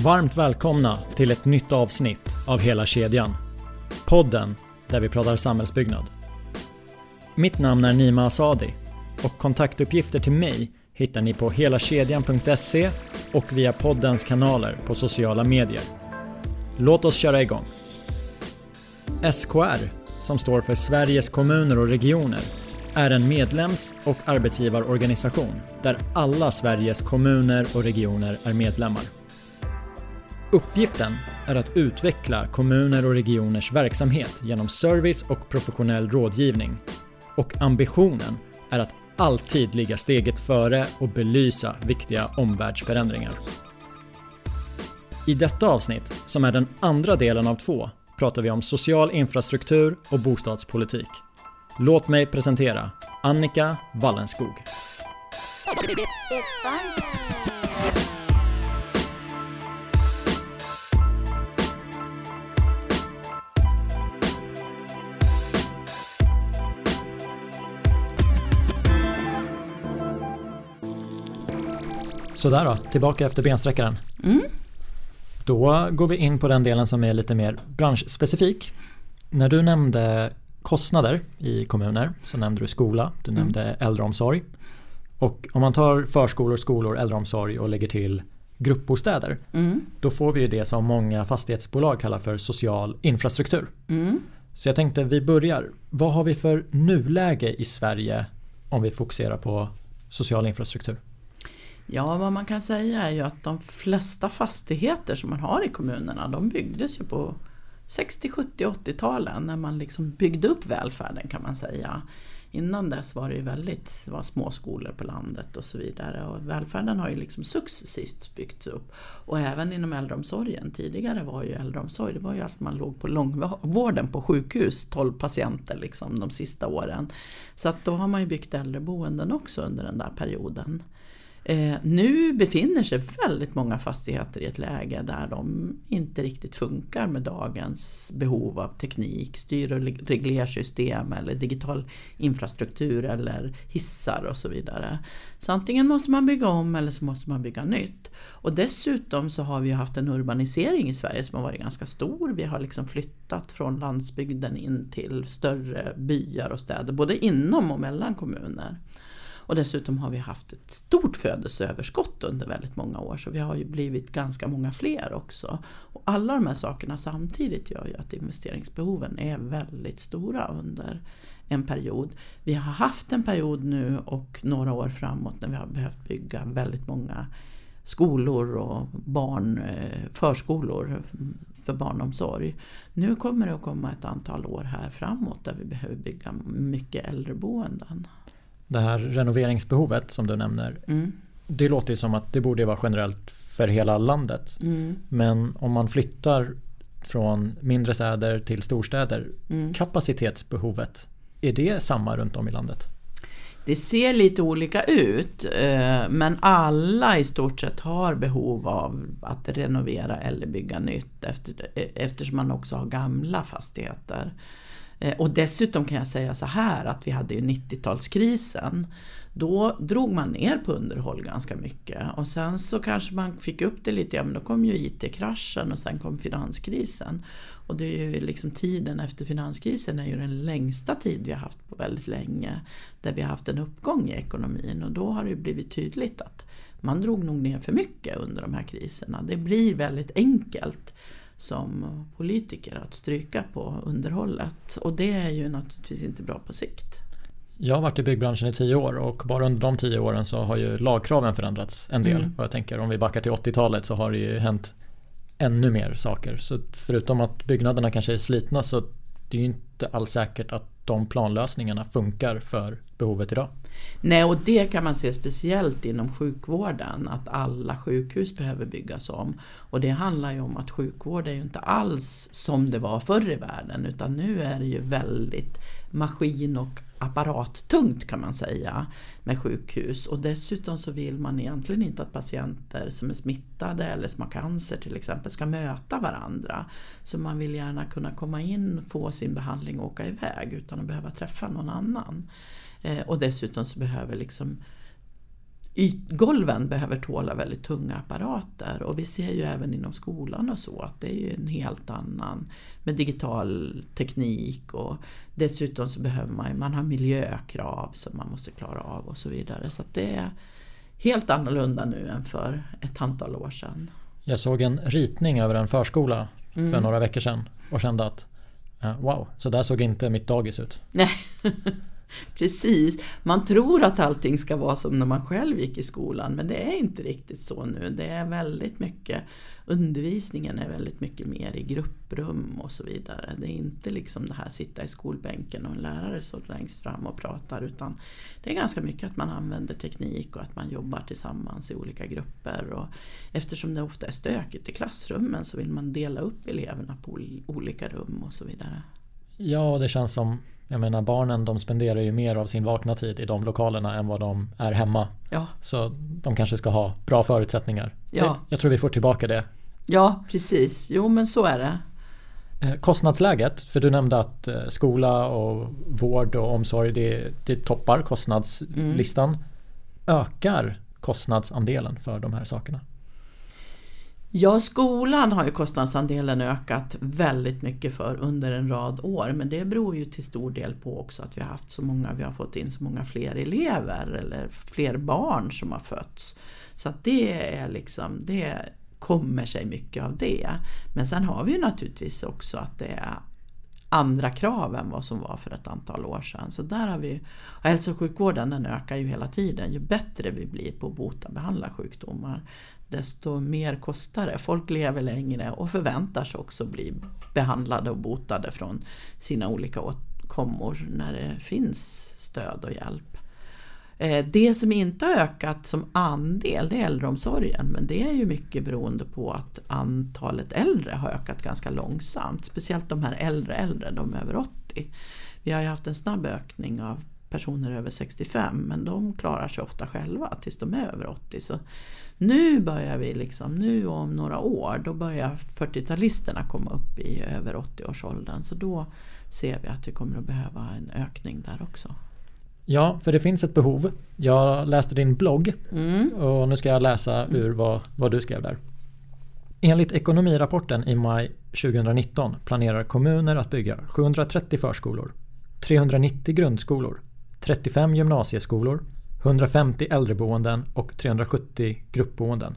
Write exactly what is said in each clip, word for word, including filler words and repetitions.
Varmt välkomna till ett nytt avsnitt av Hela kedjan. Podden där vi pratar samhällsbyggnad. Mitt namn är Nima Asadi och kontaktuppgifter till mig hittar ni på helakedjan punkt se och via poddens kanaler på sociala medier. Låt oss köra igång. S K R, som står för Sveriges kommuner och regioner, är en medlems- och arbetsgivarorganisation där alla Sveriges kommuner och regioner är medlemmar. Uppgiften är att utveckla kommuner och regioners verksamhet genom service och professionell rådgivning. Och ambitionen är att alltid ligga steget före och belysa viktiga omvärldsförändringar. I detta avsnitt, som är den andra delen av två, pratar vi om social infrastruktur och bostadspolitik. Låt mig presentera Annika Wallenskog. Sådär då, tillbaka efter bensträckaren. Mm. Då går vi in på den delen som är lite mer branschspecifik. När du nämnde kostnader i kommuner så nämnde du skola, du nämnde mm. äldreomsorg. Och om man tar förskolor, skolor, äldreomsorg och lägger till gruppbostäder, mm. då får vi ju det som många fastighetsbolag kallar för social infrastruktur. Mm. Så jag tänkte vi börjar. Vad har vi för nuläge i Sverige om vi fokuserar på social infrastruktur? Ja, vad man kan säga är ju att de flesta fastigheter som man har i kommunerna, de byggdes ju på sextio-, sjuttio-, åttio-talen när man liksom byggde upp välfärden, kan man säga. Innan dess var det ju väldigt, det var små skolor på landet och så vidare, och välfärden har ju liksom successivt byggts upp. Och även inom äldreomsorgen, tidigare var ju äldreomsorg, det var ju att man låg på långvården på sjukhus, tolv patienter liksom de sista åren. Så att då har man ju byggt äldreboenden också under den där perioden. Eh, nu befinner sig väldigt många fastigheter i ett läge där de inte riktigt funkar med dagens behov av teknik, styr- och reglersystem eller digital infrastruktur eller hissar och så vidare. Så antingen måste man bygga om eller så måste man bygga nytt. Och dessutom så har vi haft en urbanisering i Sverige som har varit ganska stor. Vi har liksom flyttat från landsbygden in till större byar och städer, både inom och mellan kommuner. Och dessutom har vi haft ett stort födelseöverskott under väldigt många år, så vi har ju blivit ganska många fler också. Och alla de här sakerna samtidigt gör ju att investeringsbehoven är väldigt stora under en period. Vi har haft en period nu och några år framåt när vi har behövt bygga väldigt många skolor och barn, förskolor för barnomsorg. Nu kommer det att komma ett antal år här framåt där vi behöver bygga mycket äldreboenden. Det här renoveringsbehovet som du nämner, mm. det låter ju som att det borde vara generellt för hela landet. Mm. Men om man flyttar från mindre städer till storstäder, mm. kapacitetsbehovet, är det samma runt om i landet? Det ser lite olika ut, men alla i stort sett har behov av att renovera eller bygga nytt eftersom man också har gamla fastigheter. Och dessutom kan jag säga så här att vi hade ju nittiotalskrisen. Då drog man ner på underhåll ganska mycket. Och sen så kanske man fick upp det lite. Ja, men då kom ju I T-kraschen och sen kom finanskrisen. Och det är ju liksom tiden efter finanskrisen är ju den längsta tid vi har haft på väldigt länge. Där vi har haft en uppgång i ekonomin. Och då har det ju blivit tydligt att man drog nog ner för mycket under de här kriserna. Det blir väldigt enkelt som politiker att stryka på underhållet, och det är ju naturligtvis inte bra på sikt. Jag har varit i byggbranschen i tio år och bara under de tio åren så har ju lagkraven förändrats en del. Mm. Och jag tänker om vi backar till åttiotalet så har det ju hänt ännu mer saker. Så förutom att byggnaderna kanske är slitna så det är ju inte alls säkert att de planlösningarna funkar för behovet idag. Nej, och det kan man se speciellt inom sjukvården, att alla sjukhus behöver byggas om. Och det handlar ju om att sjukvård är ju inte alls som det var förr i världen, utan nu är det ju väldigt maskin- och apparattungt kan man säga med sjukhus. Och dessutom så vill man egentligen inte att patienter som är smittade eller som har cancer till exempel ska möta varandra. Så man vill gärna kunna komma in, få sin behandling och åka iväg utan att behöva träffa någon annan. Eh, och dessutom så behöver liksom ytgolven behöver tåla väldigt tunga apparater, och vi ser ju även inom skolan och så att det är ju en helt annan med digital teknik, och dessutom så behöver man, man ha miljökrav som man måste klara av och så vidare, så att det är helt annorlunda nu än för ett antal år sedan. Jag såg en ritning över en förskola för mm. några veckor sedan och kände att uh, wow, så där såg inte mitt dagis ut. Nej. Precis, man tror att allting ska vara som när man själv gick i skolan, men det är inte riktigt så nu. Det är väldigt mycket, undervisningen är väldigt mycket mer i grupprum och så vidare. Det är inte liksom det här sitta i skolbänken och en lärare så längst fram och pratar, utan det är ganska mycket att man använder teknik och att man jobbar tillsammans i olika grupper, och eftersom det ofta är stökigt i klassrummen så vill man dela upp eleverna på olika rum och så vidare. Ja, det känns som, jag menar, barnen de spenderar ju mer av sin vakna tid i de lokalerna än vad de är hemma. Ja. Så de kanske ska ha bra förutsättningar. Ja. Jag tror vi får tillbaka det. Ja, precis. Jo, men så är det. Kostnadsläget, för du nämnde att skola och vård och omsorg, det, det toppar kostnadslistan. Mm. Ökar kostnadsandelen för de här sakerna? Ja, skolan har ju kostnadsandelen ökat väldigt mycket för under en rad år, men det beror ju till stor del på också att vi har haft så många, vi har fått in så många fler elever eller fler barn som har fötts. Så att det är liksom, det kommer sig mycket av det. Men sen har vi ju naturligtvis också att det är andra krav än vad som var för ett antal år sedan. Så där har vi, och hälso- och sjukvården den ökar ju hela tiden. Ju bättre vi blir på att bota och behandla sjukdomar, desto mer kostar det. Folk lever längre och förväntar sig också bli behandlade och botade från sina olika åkommor när det finns stöd och hjälp. Det som inte har ökat som andel, det är äldreomsorgen, men det är ju mycket beroende på att antalet äldre har ökat ganska långsamt, speciellt de här äldre äldre, de över åttio. Vi har ju haft en snabb ökning av personer över sextiofem, men de klarar sig ofta själva tills de är över åttio. Så nu börjar vi liksom, nu om några år, då börjar fyrtiotalisterna komma upp i över åttio-årsåldern, så då ser vi att vi kommer att behöva en ökning där också. Ja, för det finns ett behov. Jag läste din blogg mm. och nu ska jag läsa ur vad, vad du skrev där. Enligt ekonomirapporten i maj tjugonitton planerar kommuner att bygga sjuhundratrettio förskolor, trehundranittio grundskolor, trettiofem gymnasieskolor, hundrafemtio äldreboenden och trehundrasjuttio gruppboenden.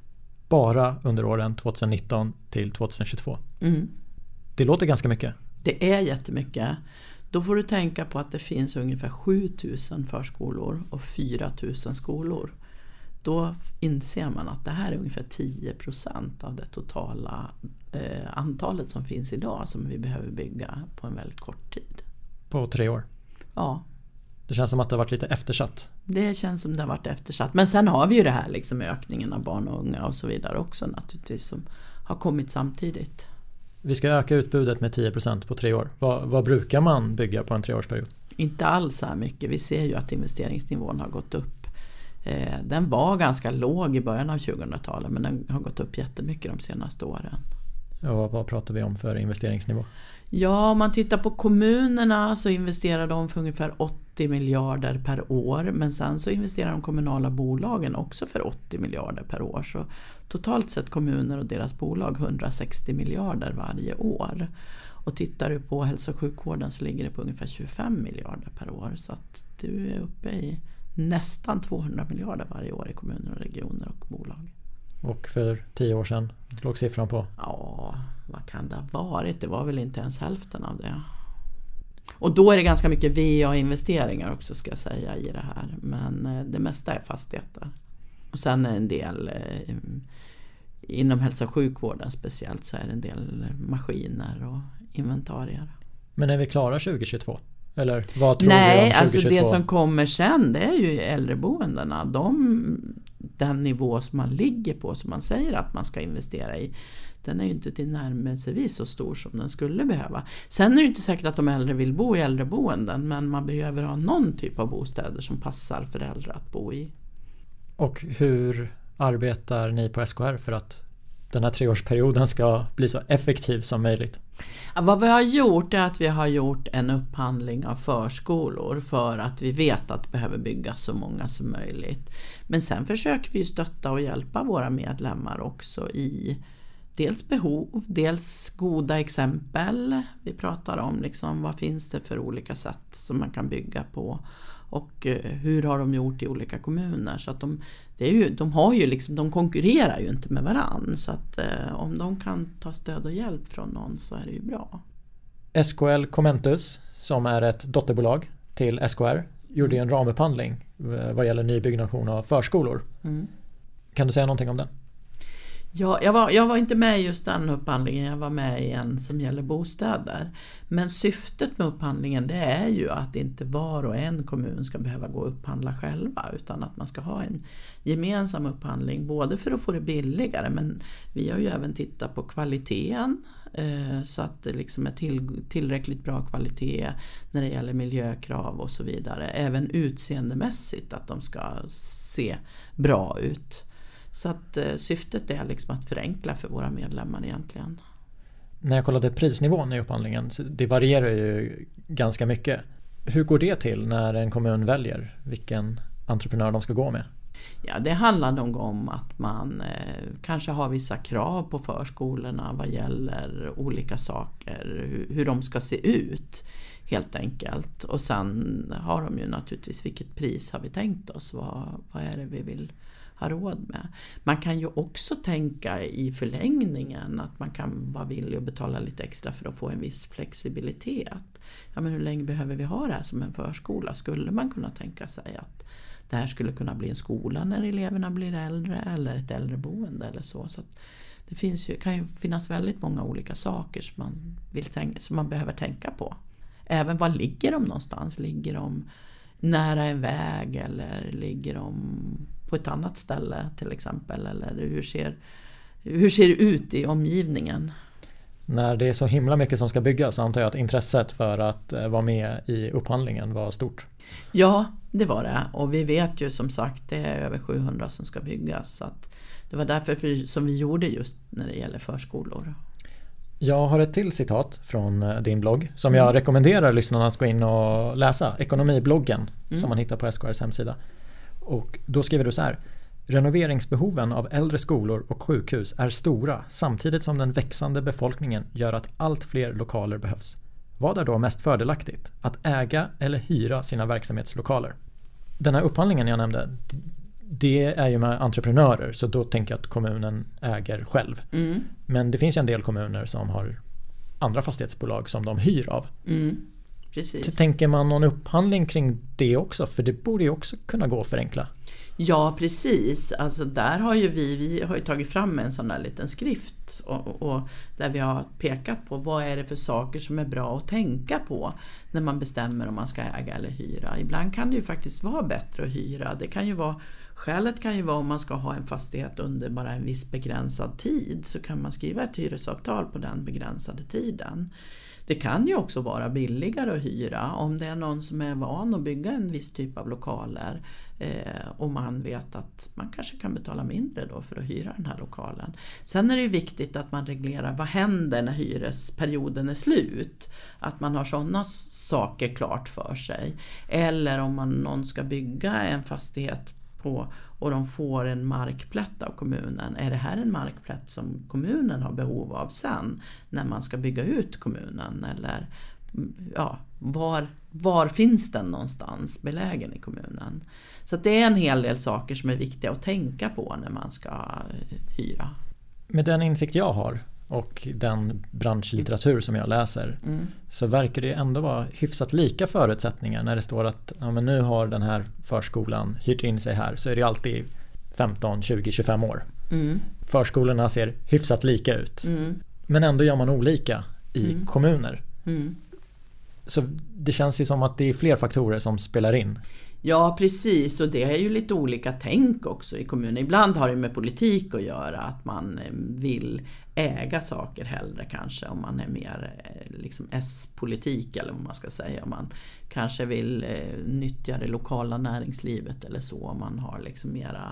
Bara under åren tjugonitton till tjugohundratjugotvå. Mm. Det låter ganska mycket. Det är jättemycket. Då får du tänka på att det finns ungefär sju tusen förskolor och fyra tusen skolor. Då inser man att det här är ungefär tio procent av det totala eh, antalet som finns idag som vi behöver bygga på en väldigt kort tid. På tre år? Ja. Det känns som att det har varit lite eftersatt. Det känns som det har varit eftersatt. Men sen har vi ju det här liksom ökningen av barn och unga och så vidare också naturligtvis som har kommit samtidigt. Vi ska öka utbudet med tio procent på tre år. Vad, vad brukar man bygga på en treårsperiod? Inte alls så här mycket. Vi ser ju att investeringsnivån har gått upp. Eh, den var ganska låg i början av tjugohundratalet, men den har gått upp jättemycket de senaste åren. Och vad pratar vi om för investeringsnivå? Ja, om man tittar på kommunerna så investerar de för ungefär åttio miljarder per år. Men sen så investerar de kommunala bolagen också för åttio miljarder per år. Så totalt sett kommuner och deras bolag hundrasextio miljarder varje år. Och tittar du på hälso- och sjukvården så ligger det på ungefär tjugofem miljarder per år. Så att du är uppe i nästan tvåhundra miljarder varje år i kommuner och regioner och bolag. Och för tio år sedan låg siffran på? Ja, vad kan det ha varit? Det var väl inte ens hälften av det. Och då är det ganska mycket V A-investeringar också ska jag säga i det här. Men det mesta är fastigheter. Och sen är en del, eh, inom hälso- och sjukvården speciellt så är det en del maskiner och inventarier. Men är vi klara tjugohundratjugotvå? Eller vad tror Nej, vi om tjugohundratjugotvå? alltså det som kommer sen det är ju äldreboendena. De, den nivå som man ligger på som man säger att man ska investera i, den är ju inte tillnärmelsevis så stor som den skulle behöva. Sen är det inte säkert att de äldre vill bo i äldreboenden, men man behöver ha någon typ av bostäder som passar för äldre att bo i. Och hur arbetar ni på S K R för att den här treårsperioden ska bli så effektiv som möjligt? Ja, vad vi har gjort är att vi har gjort en upphandling av förskolor för att vi vet att det behöver byggas så många som möjligt. Men sen försöker vi stötta och hjälpa våra medlemmar också i dels behov, dels goda exempel. Vi pratar om liksom, vad finns det för olika sätt som man kan bygga på och hur har de gjort i olika kommuner. Så att de, det är ju, de, har ju liksom, de konkurrerar ju inte med varann, så att eh, om de kan ta stöd och hjälp från någon så är det ju bra. S K L Commentus, som är ett dotterbolag till S K R, gjorde en ramupphandling vad gäller nybyggnation av förskolor. Mm. Kan du säga någonting om den? Ja, jag, var, jag var inte med i just den upphandlingen, jag var med i en som gäller bostäder. Men syftet med upphandlingen, det är ju att inte var och en kommun ska behöva gå och upphandla själva, utan att man ska ha en gemensam upphandling, både för att få det billigare, men vi har ju även tittat på kvaliteten, eh, så att det liksom är till, tillräckligt bra kvalitet när det gäller miljökrav och så vidare. Även utseendemässigt, att de ska se bra ut. Så att eh, syftet är liksom att förenkla för våra medlemmar egentligen. När jag kollade prisnivån i upphandlingen, det varierar ju ganska mycket. Hur går det till när en kommun väljer vilken entreprenör de ska gå med? Ja, det handlar nog om att man eh, kanske har vissa krav på förskolorna vad gäller olika saker, hur, hur de ska se ut helt enkelt. Och sen har de ju naturligtvis vilket pris har vi tänkt oss, vad, vad är det vi vill ha råd med. Man kan ju också tänka i förlängningen att man kan vara villig att betala lite extra för att få en viss flexibilitet. Ja, men hur länge behöver vi ha det här som en förskola? Skulle man kunna tänka sig att det här skulle kunna bli en skola när eleverna blir äldre, eller ett äldreboende eller så. Så att det finns ju, kan ju finnas väldigt många olika saker som man, vill tänka, som man behöver tänka på. Även var ligger de någonstans? Ligger de nära en väg eller ligger de på ett annat ställe till exempel? Eller hur ser, hur ser det ut i omgivningen? När det är så himla mycket som ska byggas så antar jag att intresset för att vara med i upphandlingen var stort. Ja, det var det. Och vi vet ju som sagt det är över sjuhundra som ska byggas. Så att det var därför som vi gjorde just när det gäller förskolor. Jag har ett till citat från din blogg som jag mm. rekommenderar lyssnarna att gå in och läsa. Ekonomibloggen mm. som man hittar på S K R:s hemsida. Och då skriver du så här: renoveringsbehoven av äldre skolor och sjukhus är stora samtidigt som den växande befolkningen gör att allt fler lokaler behövs. Vad är då mest fördelaktigt? Att äga eller hyra sina verksamhetslokaler? Den här upphandlingen jag nämnde, det är ju med entreprenörer, så då tänker jag att kommunen äger själv. Mm. Men det finns ju en del kommuner som har andra fastighetsbolag som de hyr av. Mm. Precis. Tänker man någon upphandling kring det också? För det borde ju också kunna gå att förenkla. Ja, precis. Alltså där har ju vi, vi har ju tagit fram en sån där liten skrift och, och där vi har pekat på vad är det för saker som är bra att tänka på när man bestämmer om man ska äga eller hyra. Ibland kan det ju faktiskt vara bättre att hyra. Det kan ju vara, skälet kan ju vara om man ska ha en fastighet under bara en viss begränsad tid, så kan man skriva ett hyresavtal på den begränsade tiden. Det kan ju också vara billigare att hyra om det är någon som är van att bygga en viss typ av lokaler eh, och man vet att man kanske kan betala mindre då för att hyra den här lokalen. Sen är det ju viktigt att man reglerar vad händer när hyresperioden är slut. Att man har sådana saker klart för sig. Eller om man, någon ska bygga en fastighet på och de får en markplätt av kommunen. Är det här en markplätt som kommunen har behov av sen när man ska bygga ut kommunen? Eller ja, var, var finns den någonstans belägen i kommunen? Så att det är en hel del saker som är viktiga att tänka på när man ska hyra. Med den insikt jag har och den branschlitteratur som jag läser mm. så verkar det ändå vara hyfsat lika förutsättningar när det står att ja, men nu har den här förskolan hyrt in sig här, så är det alltid femton, tjugo, tjugofem år. Mm. Förskolorna ser hyfsat lika ut. Mm. Men ändå gör man olika i mm. kommuner. Mm. Så det känns ju som att det är fler faktorer som spelar in. Ja, precis. Och det är ju lite olika tänk också i kommunen. Ibland har det med politik att göra, att man vill äga saker hellre kanske, om man är mer liksom S-politik eller vad man ska säga. Man kanske vill eh, nyttja det lokala näringslivet eller så, om man har liksom mera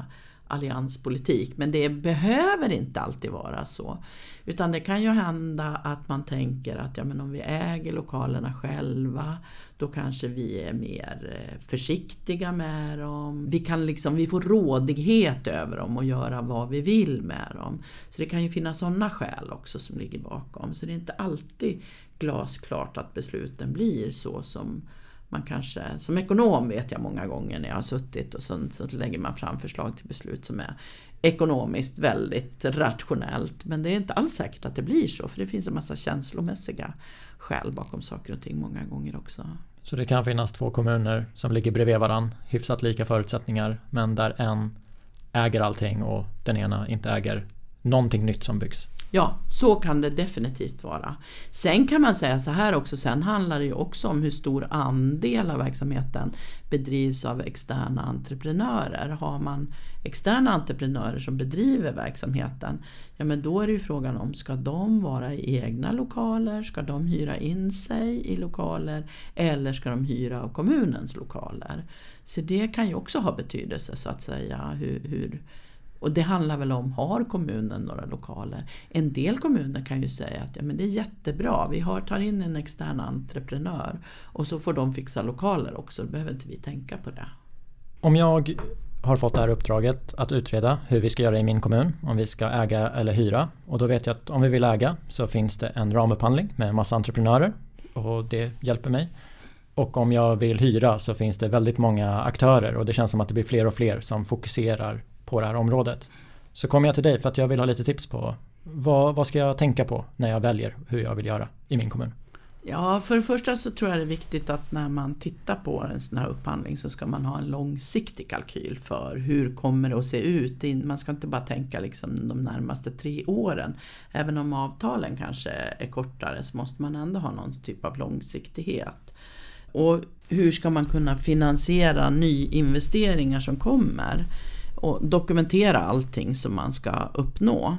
allianspolitik. Men det behöver inte alltid vara så. Utan det kan ju hända att man tänker att ja, men om vi äger lokalerna själva, då kanske vi är mer försiktiga med dem. Vi, kan liksom, vi får rådighet över dem och göra vad vi vill med dem. Så det kan ju finnas sådana skäl också som ligger bakom. Så det är inte alltid glasklart att besluten blir så som man kanske, som ekonom vet jag många gånger när jag har suttit och så, så lägger man fram förslag till beslut som är ekonomiskt väldigt rationellt. Men det är inte alls säkert att det blir så, för det finns en massa känslomässiga skäl bakom saker och ting många gånger också. Så det kan finnas två kommuner som ligger bredvid varann, hyfsat lika förutsättningar, men där en äger allting och den ena inte äger någonting nytt som byggs? Ja, så kan det definitivt vara. Sen kan man säga så här också, sen handlar det ju också om hur stor andel av verksamheten bedrivs av externa entreprenörer. Har man externa entreprenörer som bedriver verksamheten, ja men då är det ju frågan om, ska de vara i egna lokaler, ska de hyra in sig i lokaler eller ska de hyra av kommunens lokaler? Så det kan ju också ha betydelse så att säga hur... hur Och det handlar väl om, har kommunen några lokaler? En del kommuner kan ju säga att ja, men det är jättebra, vi har, tar in en extern entreprenör och så får de fixa lokaler också, då behöver inte vi tänka på det. Om jag har fått det här uppdraget att utreda hur vi ska göra i min kommun, om vi ska äga eller hyra, och då vet jag att om vi vill äga så finns det en ramupphandling med en massa entreprenörer och det hjälper mig. Och om jag vill hyra så finns det väldigt många aktörer och det känns som att det blir fler och fler som fokuserar på det här området. Så kommer jag till dig för att jag vill ha lite tips på vad, vad ska jag tänka på när jag väljer hur jag vill göra i min kommun? Ja, för det första så tror jag det är viktigt att när man tittar på en sån här upphandling så ska man ha en långsiktig kalkyl för hur kommer det att se ut. Man ska inte bara tänka liksom de närmaste tre åren. Även om avtalen kanske är kortare så måste man ändå ha någon typ av långsiktighet. Och hur ska man kunna finansiera nyinvesteringar som kommer? Och dokumentera allting som man ska uppnå.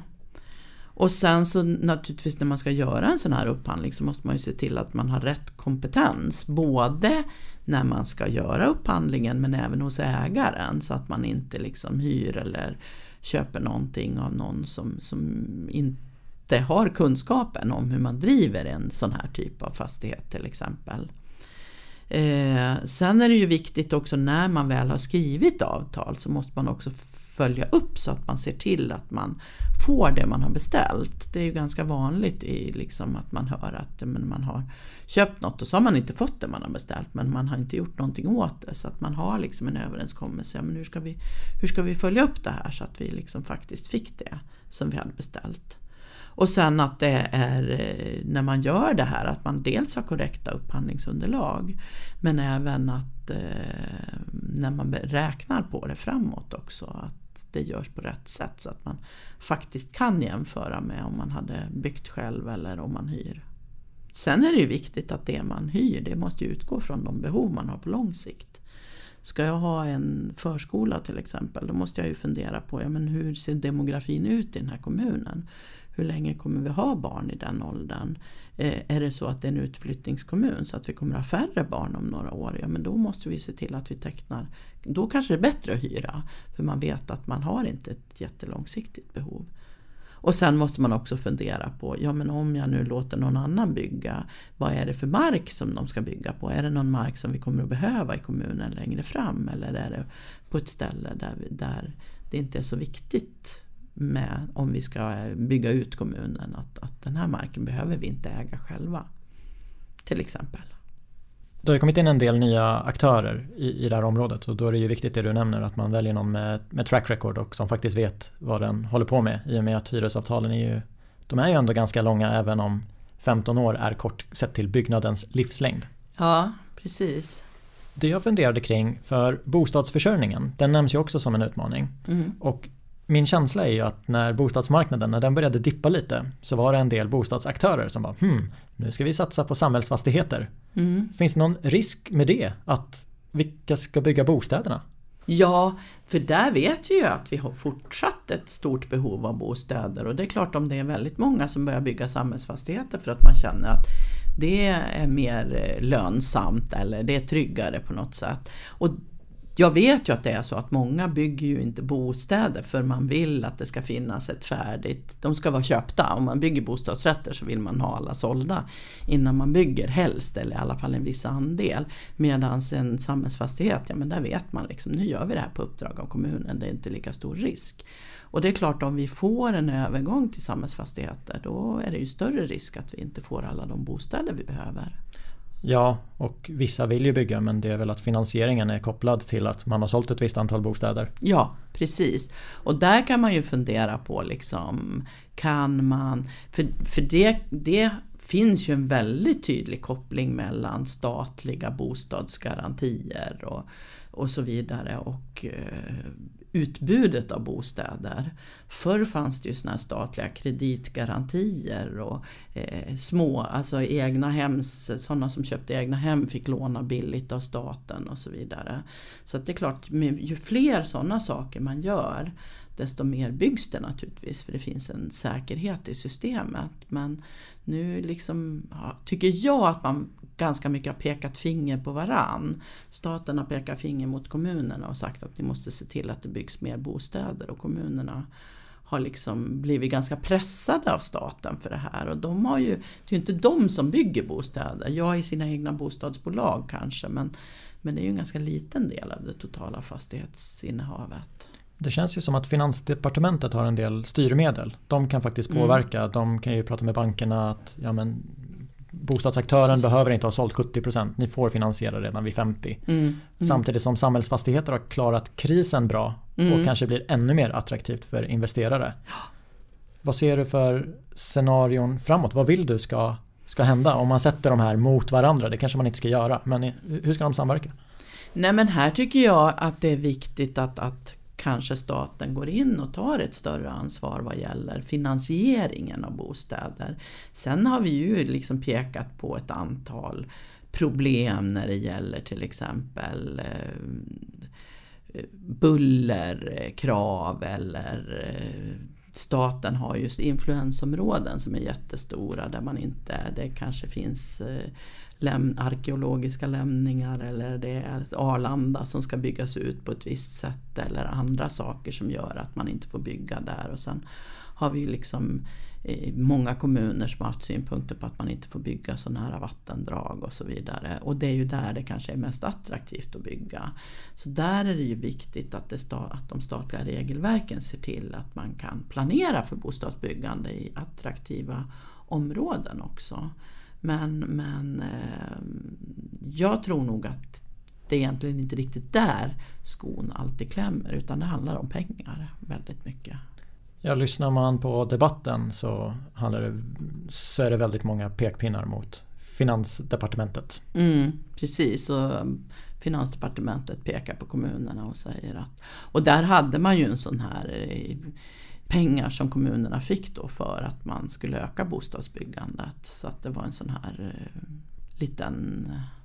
Och sen så naturligtvis när man ska göra en sån här upphandling så måste man ju se till att man har rätt kompetens. Både när man ska göra upphandlingen men även hos ägaren. Så att man inte liksom hyr eller köper någonting av någon som, som inte har kunskapen om hur man driver en sån här typ av fastighet till exempel. Eh, sen är det ju viktigt också när man väl har skrivit avtal så måste man också följa upp så att man ser till att man får det man har beställt. Det är ju ganska vanligt i liksom att man hör att men man har köpt något och så har man inte fått det man har beställt men man har inte gjort någonting åt det, så att man har liksom en överenskommelse. Ja, men hur ska vi, hur ska vi följa upp det här så att vi liksom faktiskt fick det som vi hade beställt? Och sen att det är när man gör det här att man dels har korrekta upphandlingsunderlag men även att eh, när man räknar på det framåt också att det görs på rätt sätt så att man faktiskt kan jämföra med om man hade byggt själv eller om man hyr. Sen är det ju viktigt att det man hyr det måste utgå från de behov man har på lång sikt. Ska jag ha en förskola till exempel då måste jag ju fundera på ja, men hur ser demografin ut i den här kommunen? Hur länge kommer vi ha barn i den åldern? Eh, är det så att det är en utflyttningskommun så att vi kommer ha färre barn om några år? Ja, men då måste vi se till att vi tecknar. Då kanske det är bättre att hyra. För man vet att man har inte ett jättelångsiktigt behov. Och sen måste man också fundera på, ja men om jag nu låter någon annan bygga, vad är det för mark som de ska bygga på? Är det någon mark som vi kommer att behöva i kommunen längre fram? Eller är det på ett ställe där, vi, där det inte är så viktigt med om vi ska bygga ut kommunen att, att den här marken behöver vi inte äga själva till exempel. Det har kommit in en del nya aktörer i, i det här området och då är det ju viktigt det du nämner att man väljer någon med, med track record och som faktiskt vet vad den håller på med i och med att hyresavtalen är ju, de är ju ändå ganska långa även om femton år är kort sett till byggnadens livslängd. Ja, precis. Det jag funderade kring för bostadsförsörjningen, den nämns ju också som en utmaning Mm. och min känsla är ju att när bostadsmarknaden när den började dippa lite så var det en del bostadsaktörer som bara hmm, nu ska vi satsa på samhällsfastigheter. Mm. Finns det någon risk med det? Att vilka ska bygga bostäderna? Ja, för där vet vi ju att vi har fortsatt ett stort behov av bostäder och det är klart om det är väldigt många som börjar bygga samhällsfastigheter för att man känner att det är mer lönsamt eller det är tryggare på något sätt. Och Jag vet ju att det är så att många bygger ju inte bostäder för man vill att det ska finnas ett färdigt, de ska vara köpta. Om man bygger bostadsrätter så vill man ha alla sålda innan man bygger helst, eller i alla fall en viss andel. Medan en samhällsfastighet, ja men där vet man liksom, nu gör vi det här på uppdrag av kommunen, det är inte lika stor risk. Och det är klart, om vi får en övergång till samhällsfastigheter, då är det ju större risk att vi inte får alla de bostäder vi behöver. Ja, och vissa vill ju bygga, men det är väl att finansieringen är kopplad till att man har sålt ett visst antal bostäder. Ja, precis. Och där kan man ju fundera på liksom, kan man, för, för det, det finns ju en väldigt tydlig koppling mellan statliga bostadsgarantier och, och så vidare och eh, utbudet av bostäder. Förr fanns det ju såna här statliga kreditgarantier och eh, små, alltså egna hems, sådana som köpte egna hem fick låna billigt av staten och så vidare. Så att det är klart, ju fler sådana saker man gör, desto mer byggs det naturligtvis, för det finns en säkerhet i systemet. Men nu liksom, ja, tycker jag att man ganska mycket har pekat finger på varann. Staten har pekat finger mot kommunerna och sagt att ni måste se till att det byggs mer bostäder, och kommunerna har liksom blivit ganska pressade av staten för det här. Och de har ju, det är ju inte de som bygger bostäder. Jag i sina egna bostadsbolag kanske, men, men det är ju en ganska liten del av det totala fastighetsinnehavet. Det känns ju som att Finansdepartementet har en del styrmedel. De kan faktiskt påverka. Mm. De kan ju prata med bankerna att ja, men, bostadsaktören Precis. behöver inte ha sålt sjuttio procent. Ni får finansiera redan vid femtio. Mm. Mm. Samtidigt som samhällsfastigheter har klarat krisen bra mm. och kanske blir ännu mer attraktivt för investerare. Ja. Vad ser du för scenarion framåt? Vad vill du ska, ska hända om man sätter de här mot varandra? Det kanske man inte ska göra. Men hur ska de samverka? Nej, men här tycker jag att det är viktigt att, att kanske staten går in och tar ett större ansvar vad gäller finansieringen av bostäder. Sen har vi ju liksom pekat på ett antal problem när det gäller till exempel eh, bullerkrav, eller eh, staten har just influensområden som är jättestora där man inte, det kanske finns eh, läm, arkeologiska lämningar, eller det är ett Arlanda som ska byggas ut på ett visst sätt, eller andra saker som gör att man inte får bygga där. Och sen har vi liksom eh, många kommuner som har haft synpunkter på att man inte får bygga så nära vattendrag och så vidare. Och det är ju där det kanske är mest attraktivt att bygga. Så där är det ju viktigt att, det sta, att de statliga regelverken ser till att man kan planera för bostadsbyggande i attraktiva områden också. Men, men eh, jag tror nog att det är egentligen inte riktigt där skon alltid klämmer, utan det handlar om pengar väldigt mycket. Ja, lyssnar man på debatten så, handlar det, så är det väldigt många pekpinnar mot Finansdepartementet. Mm, precis, och Finansdepartementet pekar på kommunerna och säger att, och där hade man ju en sån här pengar som kommunerna fick då för att man skulle öka bostadsbyggandet, så att det var en sån här eh, liten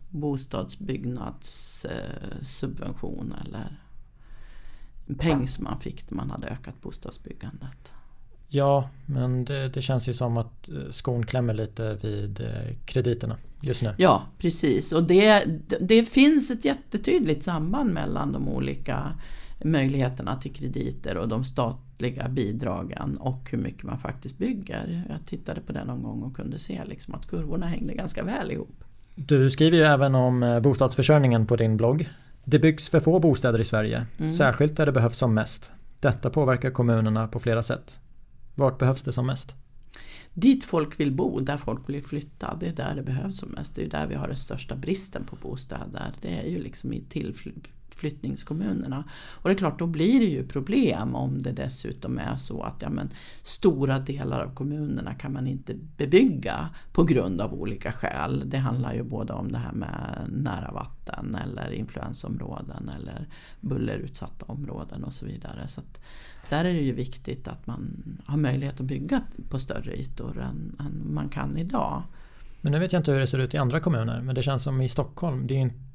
bostadsbyggnadssubvention eh, eller en peng som man fick när man hade ökat bostadsbyggandet. Ja, men det, det känns ju som att skon klämmer lite vid krediterna just nu. Ja, precis. Och det, det finns ett jättetydligt samband mellan de olika möjligheterna till krediter och de statliga bidragen och hur mycket man faktiskt bygger. Jag tittade på det någon gång och kunde se liksom att kurvorna hängde ganska väl ihop. Du skriver ju även om bostadsförsörjningen på din blogg. Det byggs för få bostäder i Sverige, mm. särskilt där det behövs som mest. Detta påverkar kommunerna på flera sätt. Vart behövs det som mest? Dit folk vill bo, där folk vill flytta, det är där det behövs som mest. Det är där vi har den största bristen på bostäder. Det är ju liksom i tillflyttningskommunerna. Och det är klart, då blir det ju problem om det dessutom är så att ja, men, stora delar av kommunerna kan man inte bebygga på grund av olika skäl. Det handlar ju både om det här med nära vatten eller influensområden eller bullerutsatta områden och så vidare. Så att där är det ju viktigt att man har möjlighet att bygga på större ytor än, än man kan idag. Men nu vet jag inte hur det ser ut i andra kommuner, men det känns som i Stockholm, det är inte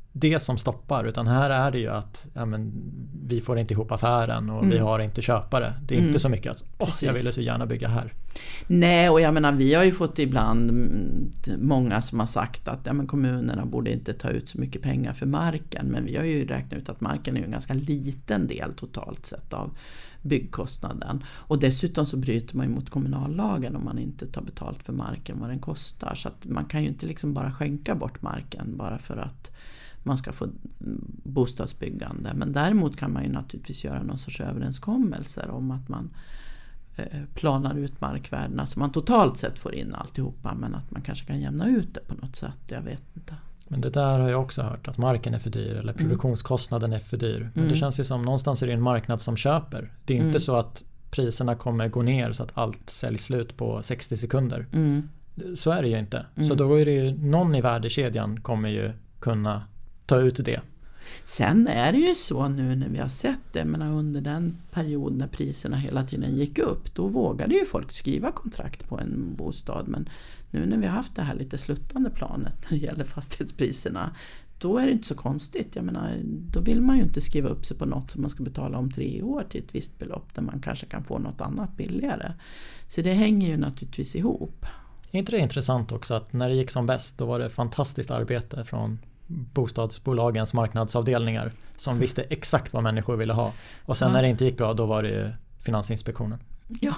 det som stoppar, utan här är det ju att ja, men, vi får inte ihop affären och mm. vi har inte köpare. Det är mm. inte så mycket att åh, jag ville så gärna bygga här. Nej, och jag menar, vi har ju fått ibland många som har sagt att ja, men kommunerna borde inte ta ut så mycket pengar för marken, men vi har ju räknat ut att marken är en ganska liten del totalt sett av byggkostnaden. Och dessutom så bryter man ju mot kommunallagen om man inte tar betalt för marken vad den kostar. Så att man kan ju inte liksom bara skänka bort marken bara för att man ska få bostadsbyggande. Men däremot kan man ju naturligtvis göra någon sorts överenskommelser om att man eh, planar ut markvärdena så man totalt sett får in alltihopa, men att man kanske kan jämna ut det på något sätt, jag vet inte. Men det där har jag också hört, att marken är för dyr eller produktionskostnaden är för dyr. Men mm. det känns ju som någonstans är det en marknad som köper. Det är inte mm. så att priserna kommer gå ner så att allt säljs slut på sextio sekunder. Mm. Så är det ju inte. Mm. Så då är det ju någon i värdekedjan kommer ju kunna ta ut det. Sen är det ju så nu när vi har sett det, men under den period när priserna hela tiden gick upp, då vågade ju folk skriva kontrakt på en bostad. Men nu när vi har haft det här lite sluttande planet när det gäller fastighetspriserna, då är det inte så konstigt. Jag menar, då vill man ju inte skriva upp sig på något som man ska betala om tre år till ett visst belopp där man kanske kan få något annat billigare. Så det hänger ju naturligtvis ihop. Är inte det intressant också att när det gick som bäst, då var det fantastiskt arbete från bostadsbolagens marknadsavdelningar som mm. visste exakt vad människor ville ha. Och sen ja. när det inte gick bra, då var det Finansinspektionen. Ja,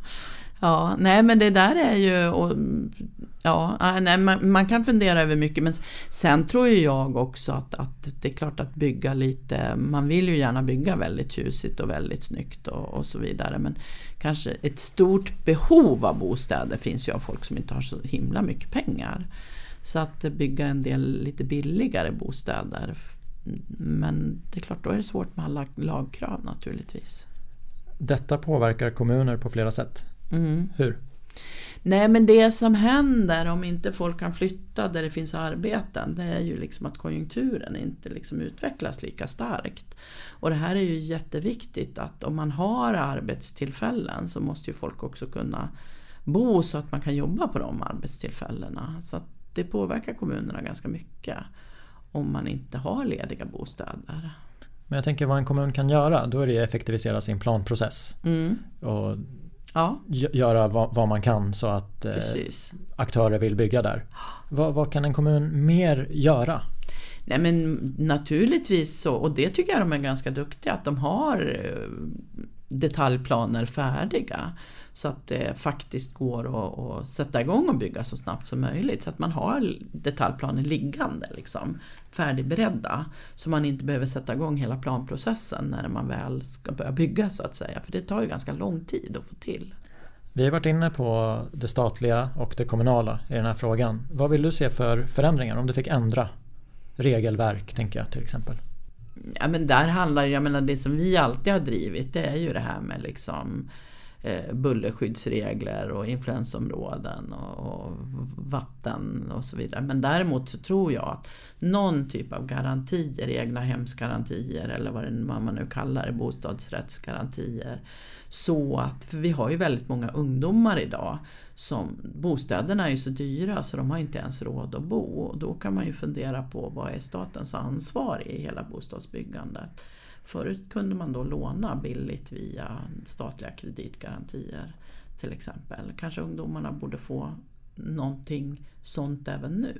ja nej men det där är ju och, ja, nej, man, man kan fundera över mycket, men sen tror ju jag också att, att det är klart att bygga lite, man vill ju gärna bygga väldigt tjusigt och väldigt snyggt och, och så vidare, men kanske ett stort behov av bostäder finns ju av folk som inte har så himla mycket pengar. Så att bygga en del lite billigare bostäder. Men det är klart, då är det svårt med alla lagkrav naturligtvis. Detta påverkar kommuner på flera sätt. Mm. Hur? Nej, men det som händer om inte folk kan flytta där det finns arbeten, det är ju liksom att konjunkturen inte liksom utvecklas lika starkt. Och det här är ju jätteviktigt, att om man har arbetstillfällen så måste ju folk också kunna bo så att man kan jobba på de arbetstillfällena. Så att det påverkar kommunerna ganska mycket om man inte har lediga bostäder. Men jag tänker vad en kommun kan göra, då är det att effektivisera sin planprocess. Mm. Och ja. göra vad, vad man kan så att eh, aktörer vill bygga där. Vad, vad kan en kommun mer göra? Nej, men naturligtvis så, och det tycker jag de är ganska duktiga, att de har detaljplaner färdiga så att det faktiskt går att, att sätta igång och bygga så snabbt som möjligt, så att man har detaljplaner liggande liksom, färdigberedda, så man inte behöver sätta igång hela planprocessen när man väl ska börja bygga så att säga, för det tar ju ganska lång tid att få till. Vi har varit inne på det statliga och det kommunala i den här frågan. Vad vill du se för förändringar om du fick ändra regelverk, tänker jag till exempel? Ja, men där handlar, jag menar, det som vi alltid har drivit, det är ju det här med liksom eh, bullerskyddsregler och influensområden och, och vatten och så vidare. Men däremot så tror jag att någon typ av garantier, egna hemsgarantier eller vad det, man nu kallar det, bostadsrättsgarantier, så att, för vi har ju väldigt många ungdomar idag som, bostäderna är ju så dyra så de har inte ens råd att bo, och då kan man ju fundera på vad är statens ansvar i hela bostadsbyggandet. Förut kunde man då låna billigt via statliga kreditgarantier till exempel. Kanske ungdomarna borde få någonting sånt även nu.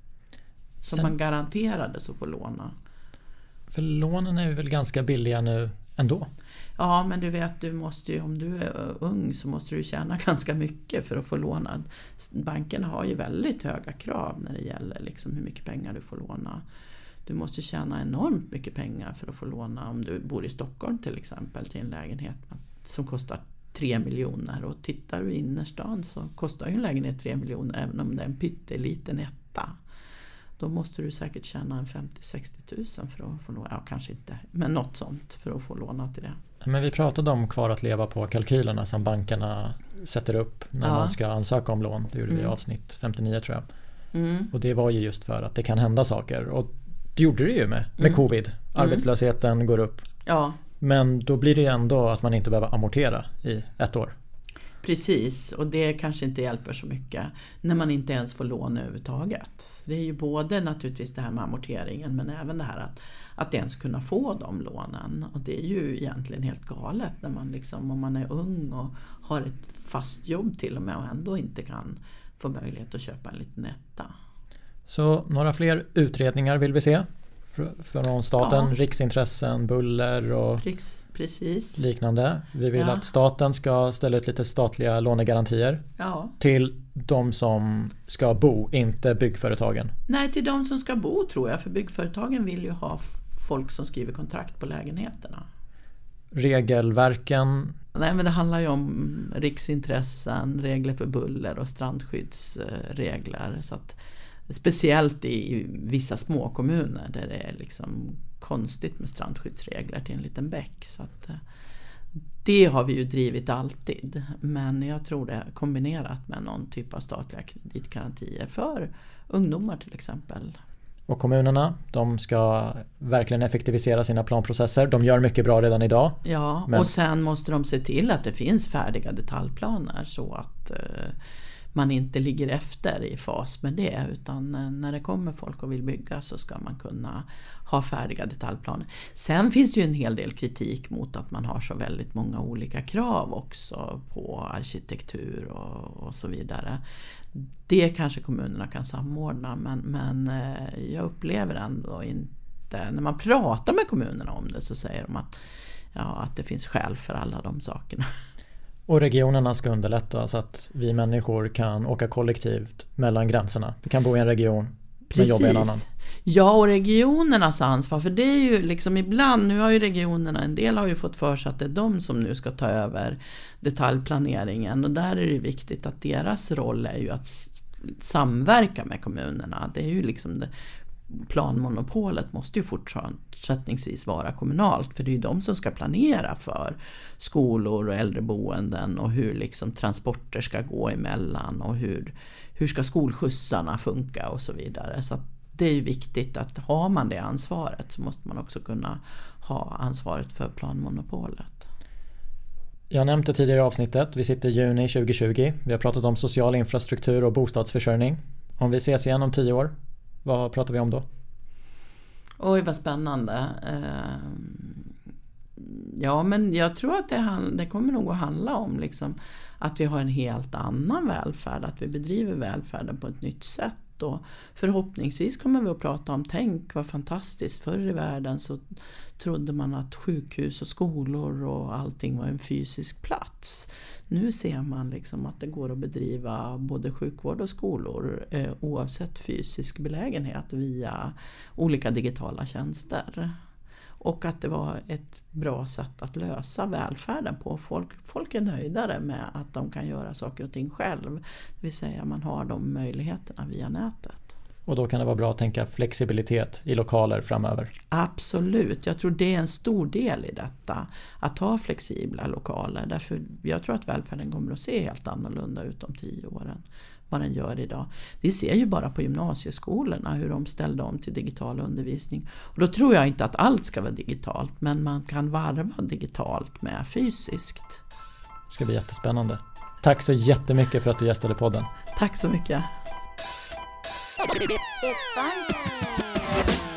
Så Sen, man garanterade så får låna. För lånen är väl ganska billiga nu ändå? Ja, men du vet, du måste ju, om du är ung så måste du tjäna ganska mycket för att få låna. Bankerna har ju väldigt höga krav när det gäller liksom hur mycket pengar du får låna. Du måste tjäna enormt mycket pengar för att få låna om du bor i Stockholm till exempel till en lägenhet som kostar tre miljoner. Och tittar du i innerstan så kostar ju en lägenhet tre miljoner även om det är en pytteliten etta. Då måste du säkert tjäna en femtio till sextio tusen för att få låna, ja kanske inte, men något sånt för att få låna till det. Men vi pratade om kvar att leva på kalkylerna som bankerna sätter upp när ja. man ska ansöka om lån. Det gjorde vi i avsnitt femtionio tror jag. Mm. Och det var ju just för att det kan hända saker. Och det gjorde det ju med, med mm. covid. Arbetslösheten mm. går upp. Ja. Men då blir det ju ändå att man inte behöver amortera i ett år. Precis, och det kanske inte hjälper så mycket när man inte ens får lån överhuvudtaget. Det är ju både naturligtvis det här med amorteringen, men även det här att, att ens kunna få de lånen. Och det är ju egentligen helt galet när man liksom, om man är ung och har ett fast jobb till och med och ändå inte kan få möjlighet att köpa en liten etta. Så några fler utredningar vill vi se från staten, ja. Riksintressen, buller och Riks, precis. liknande. Vi vill ja. att staten ska ställa ut lite statliga lånegarantier ja. till de som ska bo, inte byggföretagen. Nej, till de som ska bo tror jag, för byggföretagen vill ju ha folk som skriver kontrakt på lägenheterna. Regelverken? Nej, men det handlar ju om riksintressen, regler för buller och strandskyddsregler, så att speciellt i vissa små kommuner där det är liksom konstigt med strandskyddsregler till en liten bäck. Så att det har vi ju drivit alltid. Men jag tror det är kombinerat med någon typ av statliga kreditgarantier för ungdomar till exempel. Och kommunerna, de ska verkligen effektivisera sina planprocesser. De gör mycket bra redan idag. Ja, men... och sen måste de se till att det finns färdiga detaljplaner så att man inte ligger efter i fas med det, utan när det kommer folk och vill bygga så ska man kunna ha färdiga detaljplaner. Sen finns det ju en hel del kritik mot att man har så väldigt många olika krav också på arkitektur och, och så vidare. Det kanske kommunerna kan samordna, men, men jag upplever ändå inte, när man pratar med kommunerna om det så säger de att, ja, att det finns skäl för alla de sakerna. Och regionerna ska underlätta så att vi människor kan åka kollektivt mellan gränserna. Vi kan bo i en region men jobba i en annan. Ja, och regionernas ansvar, för det är ju liksom ibland, nu har ju regionerna, en del har ju fått för sig att det är de som nu ska ta över detaljplaneringen, och där är det viktigt att deras roll är ju att samverka med kommunerna. Det är ju liksom det, planmonopolet måste ju fortsättningsvis vara kommunalt, för det är ju de som ska planera för skolor och äldreboenden och hur liksom transporter ska gå emellan och hur, hur ska skolskjutsarna funka och så vidare. Så att det är ju viktigt att har man det ansvaret så måste man också kunna ha ansvaret för planmonopolet. Jag nämnde tidigare i avsnittet, vi sitter i juni tjugo tjugo. Vi har pratat om social infrastruktur och bostadsförsörjning. Om vi ses igen om tio år, vad pratar vi om då? Oj, vad spännande. Ja, men jag tror att det, det kommer nog att handla om liksom att vi har en helt annan välfärd, att vi bedriver välfärden på ett nytt sätt. Och förhoppningsvis kommer vi att prata om, tänk vad fantastiskt, förr i världen så trodde man att sjukhus och skolor och allting var en fysisk plats. Nu ser man liksom att det går att bedriva både sjukvård och skolor eh, oavsett fysisk belägenhet via olika digitala tjänster. Och att det var ett bra sätt att lösa välfärden på. Folk, folk är nöjdare med att de kan göra saker och ting själv. Det vill säga man har de möjligheterna via nätet. Och då kan det vara bra att tänka flexibilitet i lokaler framöver. Absolut, jag tror det är en stor del i detta. Att ha flexibla lokaler. Därför jag tror att välfärden kommer att se helt annorlunda ut om tio åren. Vad den gör idag. Vi ser ju bara på gymnasieskolorna hur de ställde om till digital undervisning. Och då tror jag inte att allt ska vara digitalt, men man kan varva digitalt med fysiskt. Det ska bli jättespännande. Tack så jättemycket för att du gästade podden. Tack så mycket. It's fun.